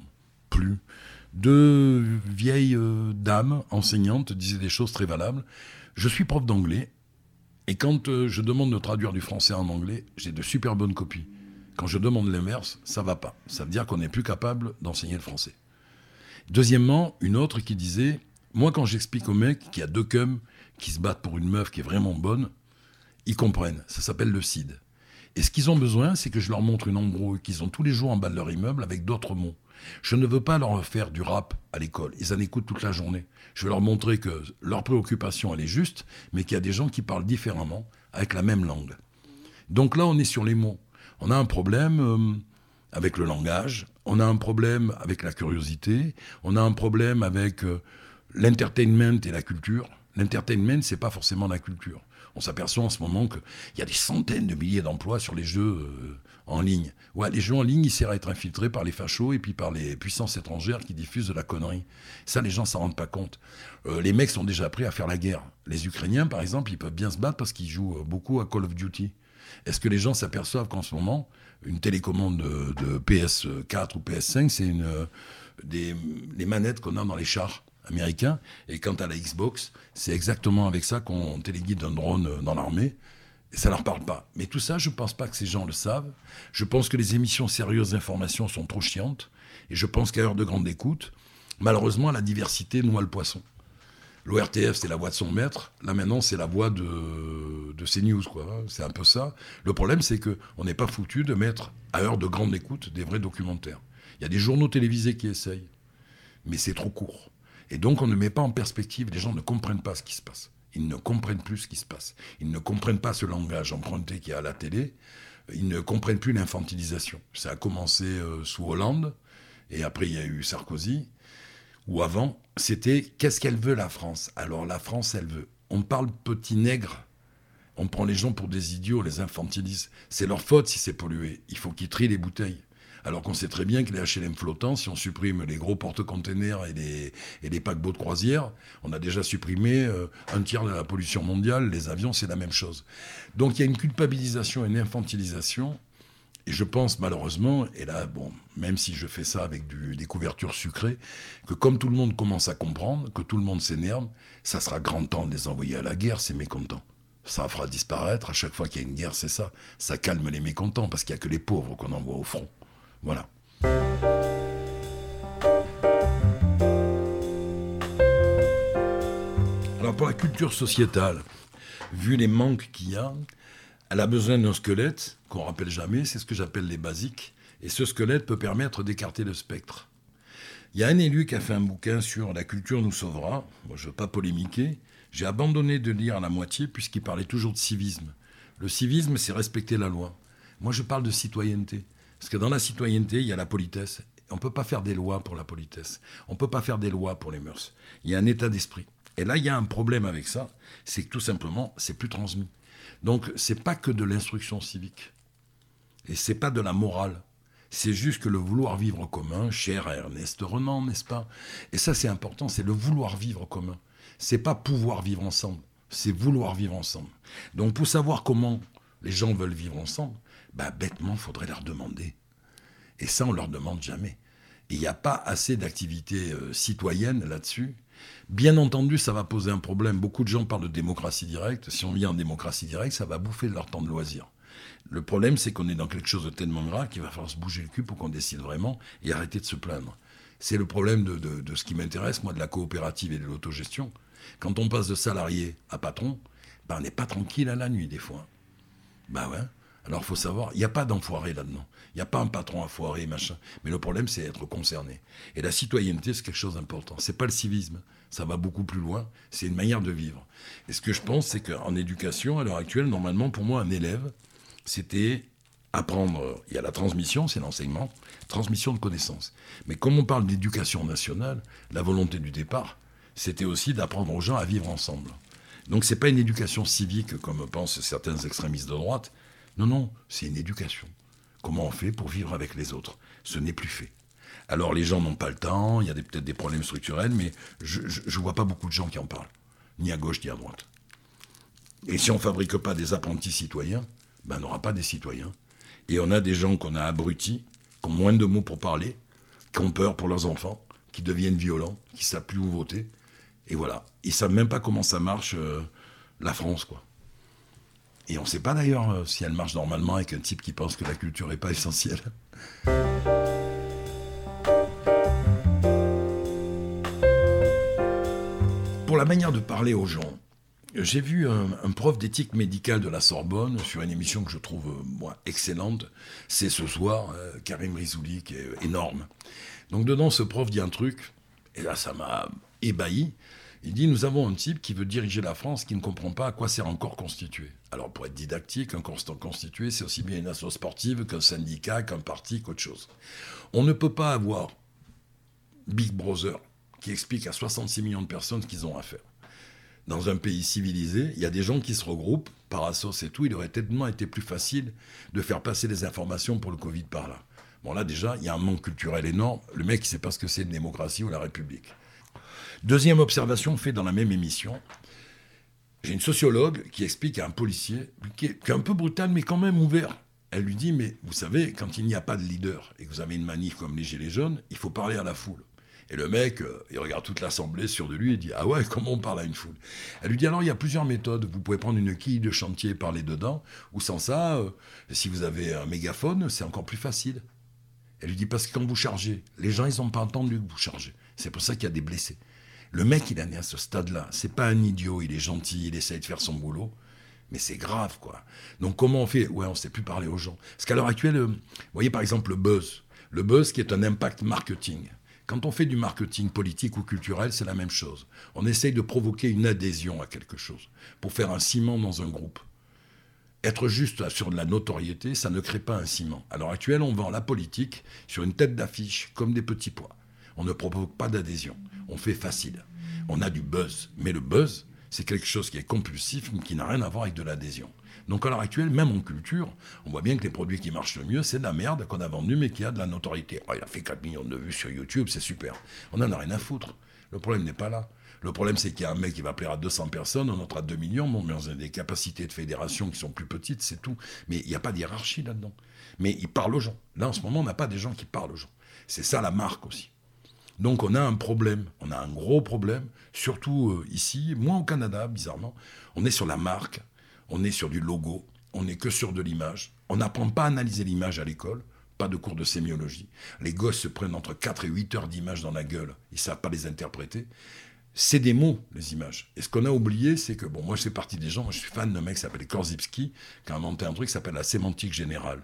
S2: plu. Deux vieilles euh, dames enseignantes disaient des choses très valables. Je suis prof d'anglais, et quand euh, je demande de traduire du français en anglais, j'ai de super bonnes copies. Quand je demande l'inverse, ça va pas. Ça veut dire qu'on n'est plus capable d'enseigner le français. Deuxièmement, une autre qui disait, moi quand j'explique aux mecs qu'il y a deux cums qui se battent pour une meuf qui est vraiment bonne, ils comprennent. Ça s'appelle le C I D. Et ce qu'ils ont besoin, c'est que je leur montre une embrouille qu'ils ont tous les jours en bas de leur immeuble avec d'autres mots. Je ne veux pas leur faire du rap à l'école. Ils en écoutent toute la journée. Je veux leur montrer que leur préoccupation, elle est juste, mais qu'il y a des gens qui parlent différemment, avec la même langue. Donc là, on est sur les mots. On a un problème euh, avec le langage, on a un problème avec la curiosité, on a un problème avec euh, l'entertainment et la culture. L'entertainment, c'est pas forcément la culture. On s'aperçoit en ce moment qu'il y a des centaines de milliers d'emplois sur les jeux euh, en ligne. Ouais, les jeux en ligne, ils servent à être infiltrés par les fachos et puis par les puissances étrangères qui diffusent de la connerie. Ça, les gens s'en rendent pas compte. Euh, les mecs sont déjà prêts à faire la guerre. Les Ukrainiens, par exemple, ils peuvent bien se battre parce qu'ils jouent beaucoup à Call of Duty. Est-ce que les gens s'aperçoivent qu'en ce moment, une télécommande de, de P S quatre ou P S cinq, c'est une, des, les manettes qu'on a dans les chars américains, et quant à la Xbox, c'est exactement avec ça qu'on téléguide un drone dans l'armée, et ça leur parle pas. Mais tout ça, je pense pas que ces gens le savent. Je pense que les émissions sérieuses d'information sont trop chiantes, et je pense qu'à heure de grande écoute, malheureusement, la diversité noie le poisson. L'O R T F, c'est la voix de son maître. Là, maintenant, c'est la voix de, de CNews, quoi. C'est un peu ça. Le problème, c'est qu'on n'est pas foutu de mettre, à heure de grande écoute, des vrais documentaires. Il y a des journaux télévisés qui essayent, mais c'est trop court. Et donc, on ne met pas en perspective. Les gens ne comprennent pas ce qui se passe. Ils ne comprennent plus ce qui se passe. Ils ne comprennent pas ce langage emprunté qu'il y a à la télé. Ils ne comprennent plus l'infantilisation. Ça a commencé euh, sous Hollande, et après, il y a eu Sarkozy. Ou avant, c'était « qu'est-ce qu'elle veut, la France ?» Alors, la France, elle veut. On parle petit nègre, on prend les gens pour des idiots, on les infantilise. C'est leur faute si c'est pollué. Il faut qu'ils trient les bouteilles. Alors qu'on sait très bien que les H L M flottants, si on supprime les gros porte-containers et les, et les paquebots de croisière, on a déjà supprimé euh, un tiers de la pollution mondiale. Les avions, c'est la même chose. Donc, il y a une culpabilisation et une infantilisation. Et je pense malheureusement, et là, bon, même si je fais ça avec du, des couvertures sucrées, que comme tout le monde commence à comprendre, que tout le monde s'énerve, ça sera grand temps de les envoyer à la guerre, ces mécontents. Ça fera disparaître, à chaque fois qu'il y a une guerre, c'est ça. Ça calme les mécontents, parce qu'il n'y a que les pauvres qu'on envoie au front. Voilà. Alors pour la culture sociétale, vu les manques qu'il y a, elle a besoin d'un squelette, qu'on ne rappelle jamais, c'est ce que j'appelle les basiques, et ce squelette peut permettre d'écarter le spectre. Il y a un élu qui a fait un bouquin sur « La culture nous sauvera », moi je ne veux pas polémiquer, j'ai abandonné de lire à la moitié puisqu'il parlait toujours de civisme. Le civisme, c'est respecter la loi. Moi je parle de citoyenneté, parce que dans la citoyenneté, il y a la politesse. On ne peut pas faire des lois pour la politesse, on ne peut pas faire des lois pour les mœurs. Il y a un état d'esprit. Et là, il y a un problème avec ça, c'est que tout simplement, c'est plus transmis. Donc, c'est pas que de l'instruction civique. Et c'est pas de la morale. C'est juste que le vouloir vivre commun, cher à Ernest Renan, n'est-ce pas ? Et ça, c'est important, c'est le vouloir vivre commun. C'est pas pouvoir vivre ensemble, c'est vouloir vivre ensemble. Donc, pour savoir comment les gens veulent vivre ensemble, bah, bêtement, il faudrait leur demander. Et ça, on leur demande jamais. Et il n'y a pas assez d'activités euh, citoyennes là-dessus. Bien entendu, ça va poser un problème. Beaucoup de gens parlent de démocratie directe. Si on vient en démocratie directe, ça va bouffer de leur temps de loisir. Le problème, c'est qu'on est dans quelque chose de tellement grave qu'il va falloir se bouger le cul pour qu'on décide vraiment et arrêter de se plaindre. C'est le problème de, de, de ce qui m'intéresse, moi, de la coopérative et de l'autogestion. Quand on passe de salarié à patron, ben, on n'est pas tranquille à la nuit, des fois. Ben ouais. Alors, il faut savoir, il n'y a pas d'enfoiré là-dedans. Il n'y a pas un patron à foirer, machin. Mais le problème, c'est être concerné. Et la citoyenneté, c'est quelque chose d'important. C'est pas le civisme. Ça va beaucoup plus loin. C'est une manière de vivre. Et ce que je pense, c'est qu'en éducation, à l'heure actuelle, normalement, pour moi, un élève, c'était apprendre. Il y a la transmission, c'est l'enseignement. Transmission de connaissances. Mais comme on parle d'éducation nationale, la volonté du départ, c'était aussi d'apprendre aux gens à vivre ensemble. Donc, c'est pas une éducation civique, comme pensent certains extrémistes de droite. Non, non, c'est une éducation. Comment on fait pour vivre avec les autres ? Ce n'est plus fait. Alors les gens n'ont pas le temps, il y a des, peut-être des problèmes structurels, mais je ne vois pas beaucoup de gens qui en parlent, ni à gauche ni à droite. Et si on ne fabrique pas des apprentis citoyens, ben on n'aura pas des citoyens. Et on a des gens qu'on a abrutis, qui ont moins de mots pour parler, qui ont peur pour leurs enfants, qui deviennent violents, qui ne savent plus où voter. Et voilà. Ils ne savent même pas comment ça marche, euh, la France, quoi. Et on ne sait pas d'ailleurs euh, si elle marche normalement avec un type qui pense que la culture n'est pas essentielle. Pour la manière de parler aux gens, j'ai vu un, un prof d'éthique médicale de la Sorbonne sur une émission que je trouve euh, moi, excellente. C'est Ce Soir, euh, Karim Rizouli, qui est énorme. Donc dedans, ce prof dit un truc, et là ça m'a ébahi. Il dit, nous avons un type qui veut diriger la France qui ne comprend pas à quoi sert un corps constitué. Alors pour être didactique, un corps constitué, c'est aussi bien une asso sportive qu'un syndicat, qu'un parti, qu'autre chose. On ne peut pas avoir Big Brother qui explique à soixante-six millions de personnes ce qu'ils ont à faire. Dans un pays civilisé, il y a des gens qui se regroupent par assos et tout. Il aurait tellement été plus facile de faire passer des informations pour le Covid par là. Bon là déjà, il y a un manque culturel énorme. Le mec, il ne sait pas ce que c'est une démocratie ou la République. Deuxième observation faite dans la même émission, j'ai une sociologue qui explique à un policier, qui est, qui est un peu brutal mais quand même ouvert. Elle lui dit, mais vous savez, quand il n'y a pas de leader et que vous avez une manif comme les Gilets jaunes, il faut parler à la foule. Et le mec, euh, il regarde toute l'assemblée sûr de lui et dit, ah ouais, comment on parle à une foule? Elle lui dit, alors il y a plusieurs méthodes. Vous pouvez prendre une quille de chantier et parler dedans, ou sans ça, euh, si vous avez un mégaphone, c'est encore plus facile. Elle lui dit, parce que quand vous chargez, les gens, ils n'ont pas entendu que vous chargez. C'est pour ça qu'il y a des blessés. Le mec, il en est à ce stade-là. C'est pas un idiot, il est gentil, il essaye de faire son boulot. Mais c'est grave, quoi. Donc comment on fait? Ouais, on ne sait plus parler aux gens. Parce qu'à l'heure actuelle, euh, vous voyez par exemple le buzz. Le buzz qui est un impact marketing. Quand on fait du marketing politique ou culturel, c'est la même chose. On essaye de provoquer une adhésion à quelque chose, pour faire un ciment dans un groupe. Être juste sur de la notoriété, ça ne crée pas un ciment. À l'heure actuelle, on vend la politique sur une tête d'affiche, comme des petits pois. On ne provoque pas d'adhésion. On fait facile. On a du buzz. Mais le buzz, c'est quelque chose qui est compulsif, mais qui n'a rien à voir avec de l'adhésion. Donc à l'heure actuelle, même en culture, on voit bien que les produits qui marchent le mieux, c'est de la merde qu'on a vendue, mais qui a de la notoriété. Oh, il a fait quatre millions de vues sur YouTube, c'est super. On n'en a rien à foutre. Le problème n'est pas là. Le problème, c'est qu'il y a un mec qui va plaire à deux cents personnes, un autre à deux millions, bon, mais on a des capacités de fédération qui sont plus petites, c'est tout. Mais il n'y a pas de hiérarchie là-dedans. Mais il parle aux gens. Là, en ce moment, on n'a pas des gens qui parlent aux gens. C'est ça la marque aussi. Donc on a un problème, on a un gros problème, surtout euh, ici, moins au Canada, bizarrement. On est sur la marque, on est sur du logo, on n'est que sur de l'image. On n'apprend pas à analyser l'image à l'école, pas de cours de sémiologie. Les gosses se prennent entre quatre et huit heures d'images dans la gueule, ils ne savent pas les interpréter. C'est des mots, les images. Et ce qu'on a oublié, c'est que, bon, moi je fais partie des gens, moi je suis fan d'un mec qui s'appelle Korzybski, qui a inventé un truc qui s'appelle la sémantique générale.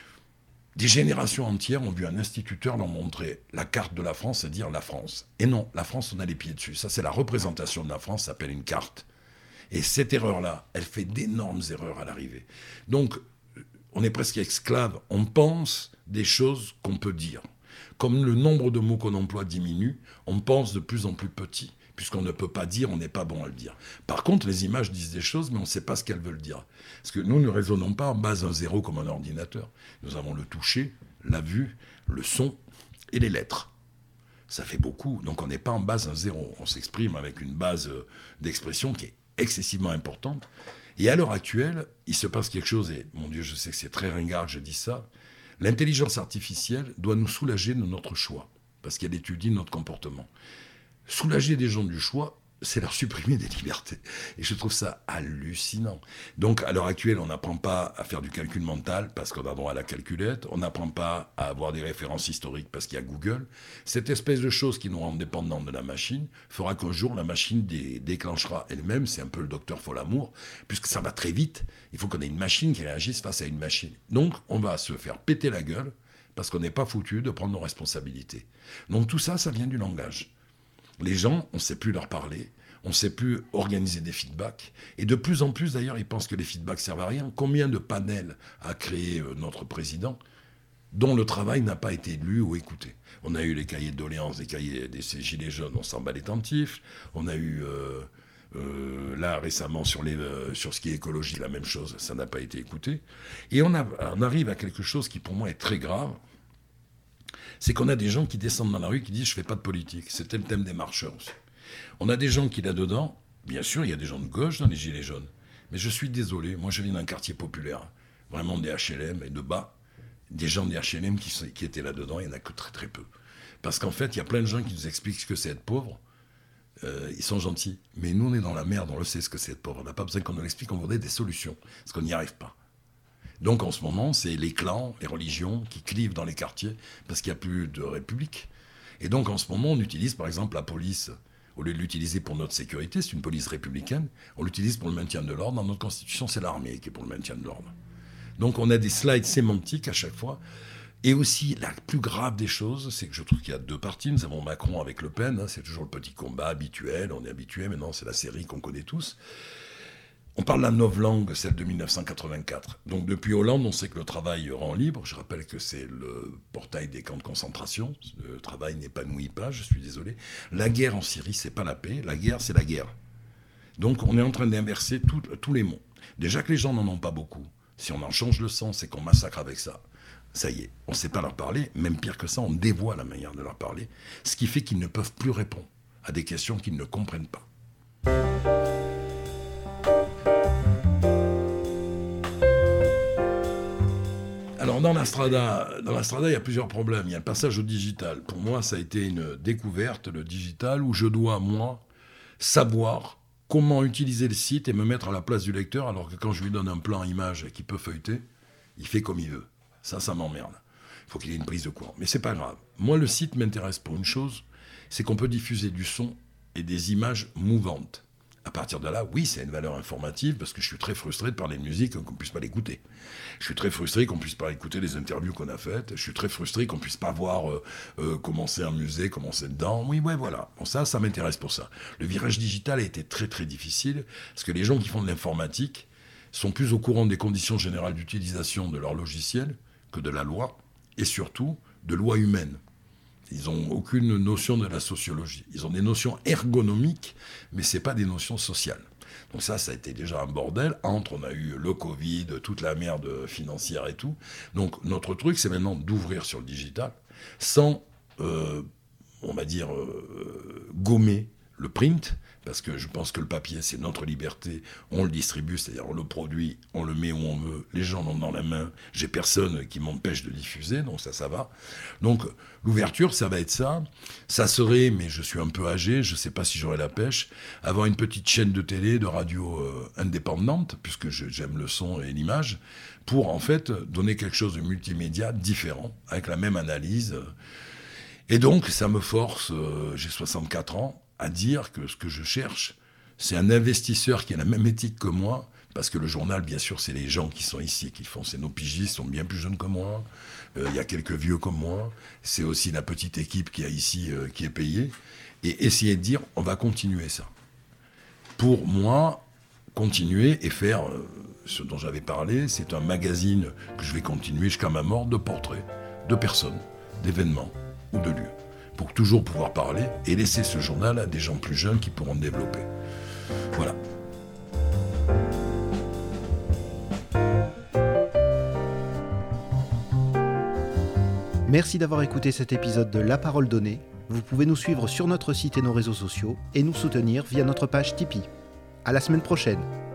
S2: Des générations entières ont vu un instituteur leur montrer la carte de la France, c'est-à-dire la France. Et non, la France, on a les pieds dessus. Ça, c'est la représentation de la France, ça s'appelle une carte. Et cette erreur-là, elle fait d'énormes erreurs à l'arrivée. Donc, on est presque esclave. On pense des choses qu'on peut dire. Comme le nombre de mots qu'on emploie diminue, on pense de plus en plus petit. Puisqu'on ne peut pas dire, on n'est pas bon à le dire. Par contre, les images disent des choses, mais on ne sait pas ce qu'elles veulent dire. Parce que nous ne raisonnons pas en base d'un zéro comme un ordinateur. Nous avons le toucher, la vue, le son et les lettres. Ça fait beaucoup. Donc on n'est pas en base d'un zéro. On s'exprime avec une base d'expression qui est excessivement importante. Et à l'heure actuelle, il se passe quelque chose, et mon Dieu, je sais que c'est très ringard que je dis ça, l'intelligence artificielle doit nous soulager de notre choix, parce qu'elle étudie notre comportement. Soulager des gens du choix, c'est leur supprimer des libertés. Et je trouve ça hallucinant. Donc, à l'heure actuelle, on n'apprend pas à faire du calcul mental parce qu'on a droit à la calculette. On n'apprend pas à avoir des références historiques parce qu'il y a Google. Cette espèce de chose qui nous rend dépendants de la machine fera qu'un jour, la machine dé- déclenchera elle-même. C'est un peu le docteur Folamour. Puisque ça va très vite, il faut qu'on ait une machine qui réagisse face à une machine. Donc, on va se faire péter la gueule parce qu'on n'est pas foutu de prendre nos responsabilités. Donc, tout ça, ça vient du langage. Les gens, on ne sait plus leur parler, on ne sait plus organiser des feedbacks. Et de plus en plus, d'ailleurs, ils pensent que les feedbacks servent à rien. Combien de panels a créé euh, notre président dont le travail n'a pas été lu ou écouté? On a eu les cahiers de doléances, les cahiers des gilets jaunes, on s'en bat les tentifs. On a eu, euh, euh, là, récemment, sur, les, euh, sur ce qui est écologie, la même chose, ça n'a pas été écouté. Et on, a, on arrive à quelque chose qui, pour moi, est très grave. C'est qu'on a des gens qui descendent dans la rue qui disent « je fais pas de politique ». C'était le thème des marcheurs aussi. On a des gens qui, là-dedans, bien sûr, il y a des gens de gauche dans les Gilets jaunes. Mais je suis désolé, moi je viens d'un quartier populaire, vraiment des H L M et de bas. des gens des H L M qui, sont, qui étaient là-dedans, il n'y en a que très très peu. Parce qu'en fait, il y a plein de gens qui nous expliquent ce que c'est être pauvre. Euh, ils sont gentils. Mais nous, on est dans la merde, on le sait ce que c'est être pauvre. On n'a pas besoin qu'on nous l'explique, on voudrait des solutions. Parce qu'on n'y arrive pas. Donc en ce moment, c'est les clans, les religions qui clivent dans les quartiers parce qu'il n'y a plus de république. Et donc en ce moment, on utilise par exemple la police. Au lieu de l'utiliser pour notre sécurité, c'est une police républicaine, on l'utilise pour le maintien de l'ordre. Dans notre constitution, c'est l'armée qui est pour le maintien de l'ordre. Donc on a des slides sémantiques à chaque fois. Et aussi, la plus grave des choses, c'est que je trouve qu'il y a deux partis. Nous avons Macron avec Le Pen, hein, c'est toujours le petit combat habituel, on est habitué, maintenant c'est la série qu'on connaît tous. On parle la novlangue, celle de dix-neuf cent quatre-vingt-quatre. Donc depuis Hollande, on sait que le travail rend libre. Je rappelle que c'est le portail des camps de concentration. Le travail n'épanouit pas, je suis désolé. La guerre en Syrie, c'est pas la paix. La guerre, c'est la guerre. Donc on est en train d'inverser tout, tous les mots. Déjà que les gens n'en ont pas beaucoup. Si on en change le sens et qu'on massacre avec ça, ça y est, on ne sait pas leur parler. Même pire que ça, on dévoie la manière de leur parler. Ce qui fait qu'ils ne peuvent plus répondre à des questions qu'ils ne comprennent pas. Alors dans la Strada, dans la Strada, il y a plusieurs problèmes. Il y a le passage au digital. Pour moi, ça a été une découverte, le digital, où je dois, moi, savoir comment utiliser le site et me mettre à la place du lecteur, alors que quand je lui donne un plan image qu'il peut feuilleter, il fait comme il veut. Ça, ça m'emmerde. Il faut qu'il ait une prise de courant. Mais c'est pas grave. Moi, le site m'intéresse pour une chose, c'est qu'on peut diffuser du son et des images mouvantes. À partir de là, oui, c'est une valeur informative, parce que je suis très frustré de parler de musique et qu'on ne puisse pas l'écouter. Je suis très frustré qu'on ne puisse pas écouter les interviews qu'on a faites. Je suis très frustré qu'on ne puisse pas voir euh, euh, comment c'est un musée, comment c'est dedans. Oui, ouais, voilà. Bon, ça, ça m'intéresse pour ça. Le virage digital a été très, très difficile, parce que les gens qui font de l'informatique sont plus au courant des conditions générales d'utilisation de leur logiciel que de la loi, et surtout de loi humaine. Ils n'ont aucune notion de la sociologie. Ils ont des notions ergonomiques, mais ce n'est pas des notions sociales. Donc ça, ça a été déjà un bordel. Entre, on a eu le Covid, toute la merde financière et tout. Donc notre truc, c'est maintenant d'ouvrir sur le digital, sans, euh, on va dire, euh, gommer le print, parce que je pense que le papier, c'est notre liberté. On le distribue, c'est-à-dire on le produit, on le met où on veut. Les gens l'ont dans la main. J'ai personne qui m'empêche de diffuser, donc ça, ça va. Donc l'ouverture, ça va être ça. Ça serait, mais je suis un peu âgé, je ne sais pas si j'aurai la pêche, avoir une petite chaîne de télé, de radio euh, indépendante, puisque je, j'aime le son et l'image, pour en fait donner quelque chose de multimédia différent, avec la même analyse. Et donc, ça me force, euh, j'ai soixante-quatre ans, à dire que ce que je cherche, c'est un investisseur qui a la même éthique que moi, parce que le journal, bien sûr, c'est les gens qui sont ici et qui le font. C'est nos pigistes, sont bien plus jeunes que moi. Il euh, y a quelques vieux comme moi. C'est aussi la petite équipe qui a ici, euh, qui est payée. Et essayer de dire, on va continuer ça. Pour moi, continuer et faire euh, ce dont j'avais parlé, c'est un magazine que je vais continuer jusqu'à ma mort, de portraits, de personnes, d'événements ou de lieux, pour toujours pouvoir parler et laisser ce journal à des gens plus jeunes qui pourront le développer. Voilà.
S1: Merci d'avoir écouté cet épisode de La Parole Donnée. Vous pouvez nous suivre sur notre site et nos réseaux sociaux et nous soutenir via notre page Tipeee. À la semaine prochaine.